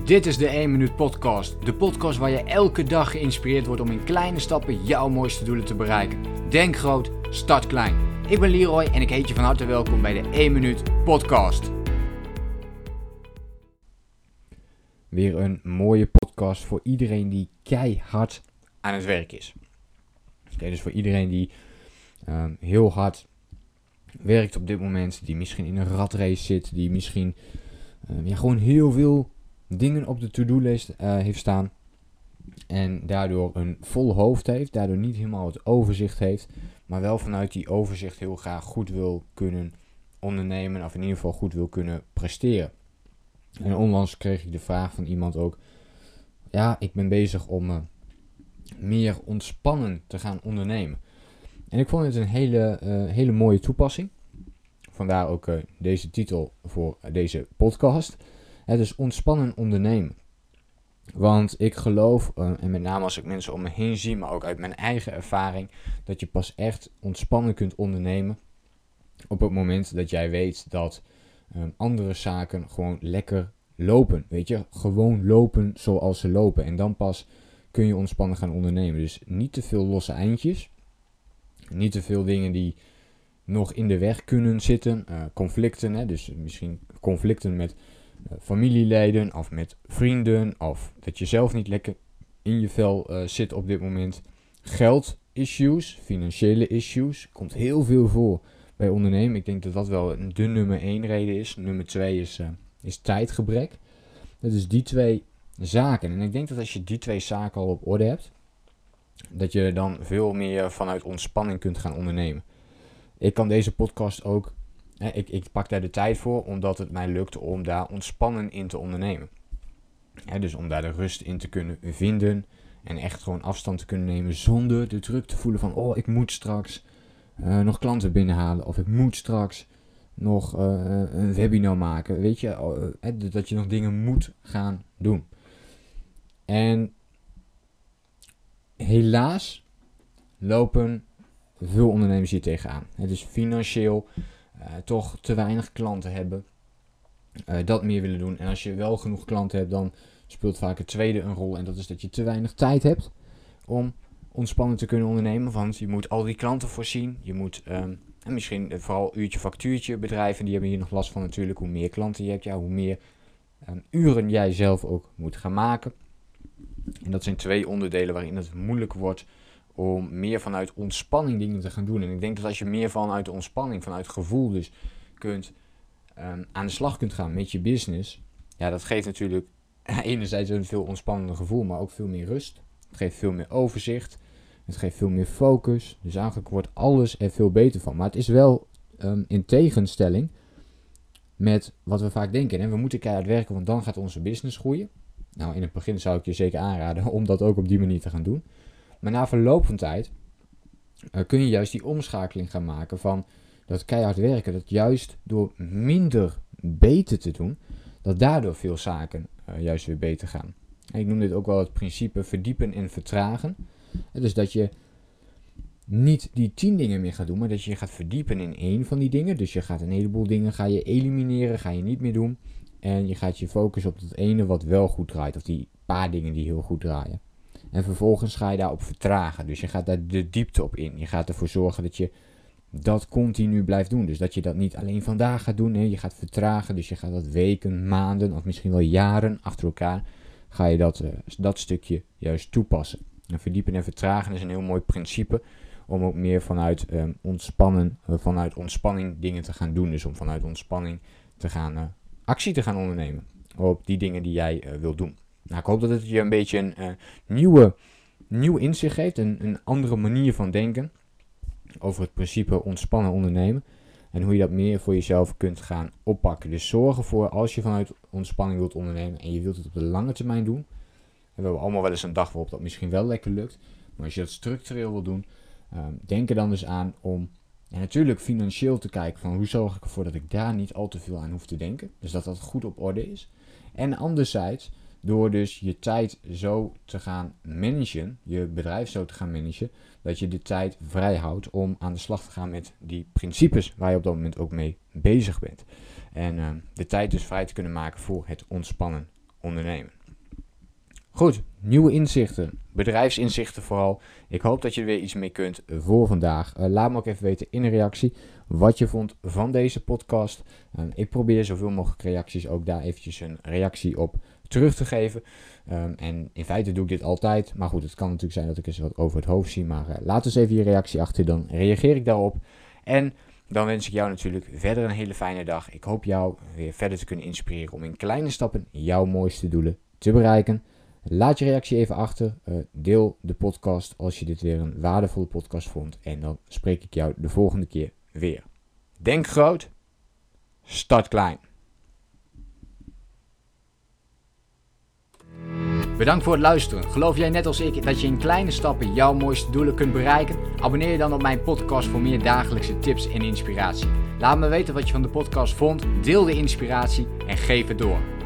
Dit is de 1 Minuut Podcast. De podcast waar je elke dag geïnspireerd wordt om in kleine stappen jouw mooiste doelen te bereiken. Denk groot, start klein. Ik ben Leroy en ik heet je van harte welkom bij de 1 Minuut Podcast. Weer een mooie podcast voor iedereen die keihard aan het werk is. Dus voor iedereen die heel hard werkt op dit moment, die misschien in een ratrace zit, die misschien gewoon heel veel dingen op de to-do-list heeft staan en daardoor een vol hoofd heeft, daardoor niet helemaal het overzicht heeft, maar wel vanuit die overzicht heel graag goed wil kunnen ondernemen of in ieder geval goed wil kunnen presteren. En onlangs kreeg ik de vraag van iemand ook, ik ben bezig om meer ontspannen te gaan ondernemen. En ik vond het een hele mooie toepassing. Vandaar ook deze titel voor deze podcast. Het is ontspannen ondernemen. Want ik geloof, en met name als ik mensen om me heen zie, maar ook uit mijn eigen ervaring, dat je pas echt ontspannen kunt ondernemen op het moment dat jij weet dat andere zaken gewoon lekker lopen. Weet je, gewoon lopen zoals ze lopen. En dan pas kun je ontspannen gaan ondernemen. Dus niet te veel losse eindjes. Niet te veel dingen die nog in de weg kunnen zitten. Conflicten, dus misschien conflicten met familieleden of met vrienden. Of dat je zelf niet lekker in je vel zit op dit moment. Geld-issues, financiële issues. Komt heel veel voor bij ondernemen. Ik denk dat dat wel de nummer 1 reden is. Nummer 2 is tijdgebrek. Dat is die 2 zaken. En ik denk dat als je die 2 zaken al op orde hebt, dat je dan veel meer vanuit ontspanning kunt gaan ondernemen. Ik kan deze podcast ook, ik pak daar de tijd voor, omdat het mij lukt om daar ontspannen in te ondernemen. Dus om daar de rust in te kunnen vinden en echt gewoon afstand te kunnen nemen zonder de druk te voelen van, ik moet straks nog klanten binnenhalen of ik moet straks nog een webinar maken. Weet je, dat je nog dingen moet gaan doen. En helaas lopen veel ondernemers hier tegenaan. Dus financieel toch te weinig klanten hebben. Dat meer willen doen. En als je wel genoeg klanten hebt, dan speelt vaak het tweede een rol. En dat is dat je te weinig tijd hebt om ontspannen te kunnen ondernemen. Want je moet al die klanten voorzien. Je moet en misschien vooral uurtje factuurtje bedrijven. Die hebben hier nog last van natuurlijk. Hoe meer klanten je hebt, hoe meer uren jij zelf ook moet gaan maken. En dat zijn 2 onderdelen waarin het moeilijk wordt om meer vanuit ontspanning dingen te gaan doen. En ik denk dat als je meer vanuit de ontspanning, vanuit gevoel dus aan de slag kunt gaan met je business. Ja, dat geeft natuurlijk enerzijds een veel ontspannender gevoel, maar ook veel meer rust. Het geeft veel meer overzicht. Het geeft veel meer focus. Dus eigenlijk wordt alles er veel beter van. Maar het is wel in tegenstelling met wat we vaak denken. En we moeten keihard werken, want dan gaat onze business groeien. Nou, in het begin zou ik je zeker aanraden om dat ook op die manier te gaan doen. Maar na verloop van tijd kun je juist die omschakeling gaan maken van dat keihard werken. Dat juist door minder beter te doen, dat daardoor veel zaken juist weer beter gaan. En ik noem dit ook wel het principe verdiepen en vertragen. Dus dat je niet die 10 dingen meer gaat doen, maar dat je gaat verdiepen in 1 van die dingen. Dus je gaat een heleboel dingen ga je elimineren, ga je niet meer doen. En je gaat je focussen op dat ene wat wel goed draait. Of die paar dingen die heel goed draaien. En vervolgens ga je daarop vertragen. Dus je gaat daar de diepte op in. Je gaat ervoor zorgen dat je dat continu blijft doen. Dus dat je dat niet alleen vandaag gaat doen. Nee, je gaat vertragen. Dus je gaat dat weken, maanden of misschien wel jaren achter elkaar. Ga je dat stukje juist toepassen. En verdiepen en vertragen is een heel mooi principe. Om ook meer vanuit ontspanning dingen te gaan doen. Dus om vanuit ontspanning te gaan actie te gaan ondernemen op die dingen die jij wilt doen. Nou, ik hoop dat het je een beetje een nieuw inzicht geeft, een andere manier van denken over het principe ontspannen ondernemen en hoe je dat meer voor jezelf kunt gaan oppakken. Dus zorg ervoor, als je vanuit ontspanning wilt ondernemen en je wilt het op de lange termijn doen, en we hebben allemaal wel eens een dag waarop dat misschien wel lekker lukt, maar als je dat structureel wil doen, denk er dan dus aan om natuurlijk financieel te kijken van hoe zorg ik ervoor dat ik daar niet al te veel aan hoef te denken. Dus dat dat goed op orde is. En anderzijds, door dus je tijd zo te gaan managen, je bedrijf zo te gaan managen, dat je de tijd vrij houdt om aan de slag te gaan met die principes waar je op dat moment ook mee bezig bent. En de tijd dus vrij te kunnen maken voor het ontspannen ondernemen. Goed, nieuwe inzichten, bedrijfsinzichten vooral. Ik hoop dat je er weer iets mee kunt voor vandaag. Laat me ook even weten in een reactie wat je vond van deze podcast. Ik probeer zoveel mogelijk reacties ook daar eventjes een reactie op terug te geven. En in feite doe ik dit altijd. Maar goed, het kan natuurlijk zijn dat ik eens wat over het hoofd zie. Maar laat eens even je reactie achter, dan reageer ik daarop. En dan wens ik jou natuurlijk verder een hele fijne dag. Ik hoop jou weer verder te kunnen inspireren om in kleine stappen jouw mooiste doelen te bereiken. Laat je reactie even achter. Deel de podcast als je dit weer een waardevolle podcast vond. En dan spreek ik jou de volgende keer weer. Denk groot, start klein. Bedankt voor het luisteren. Geloof jij net als ik dat je in kleine stappen jouw mooiste doelen kunt bereiken? Abonneer je dan op mijn podcast voor meer dagelijkse tips en inspiratie. Laat me weten wat je van de podcast vond, deel de inspiratie en geef het door.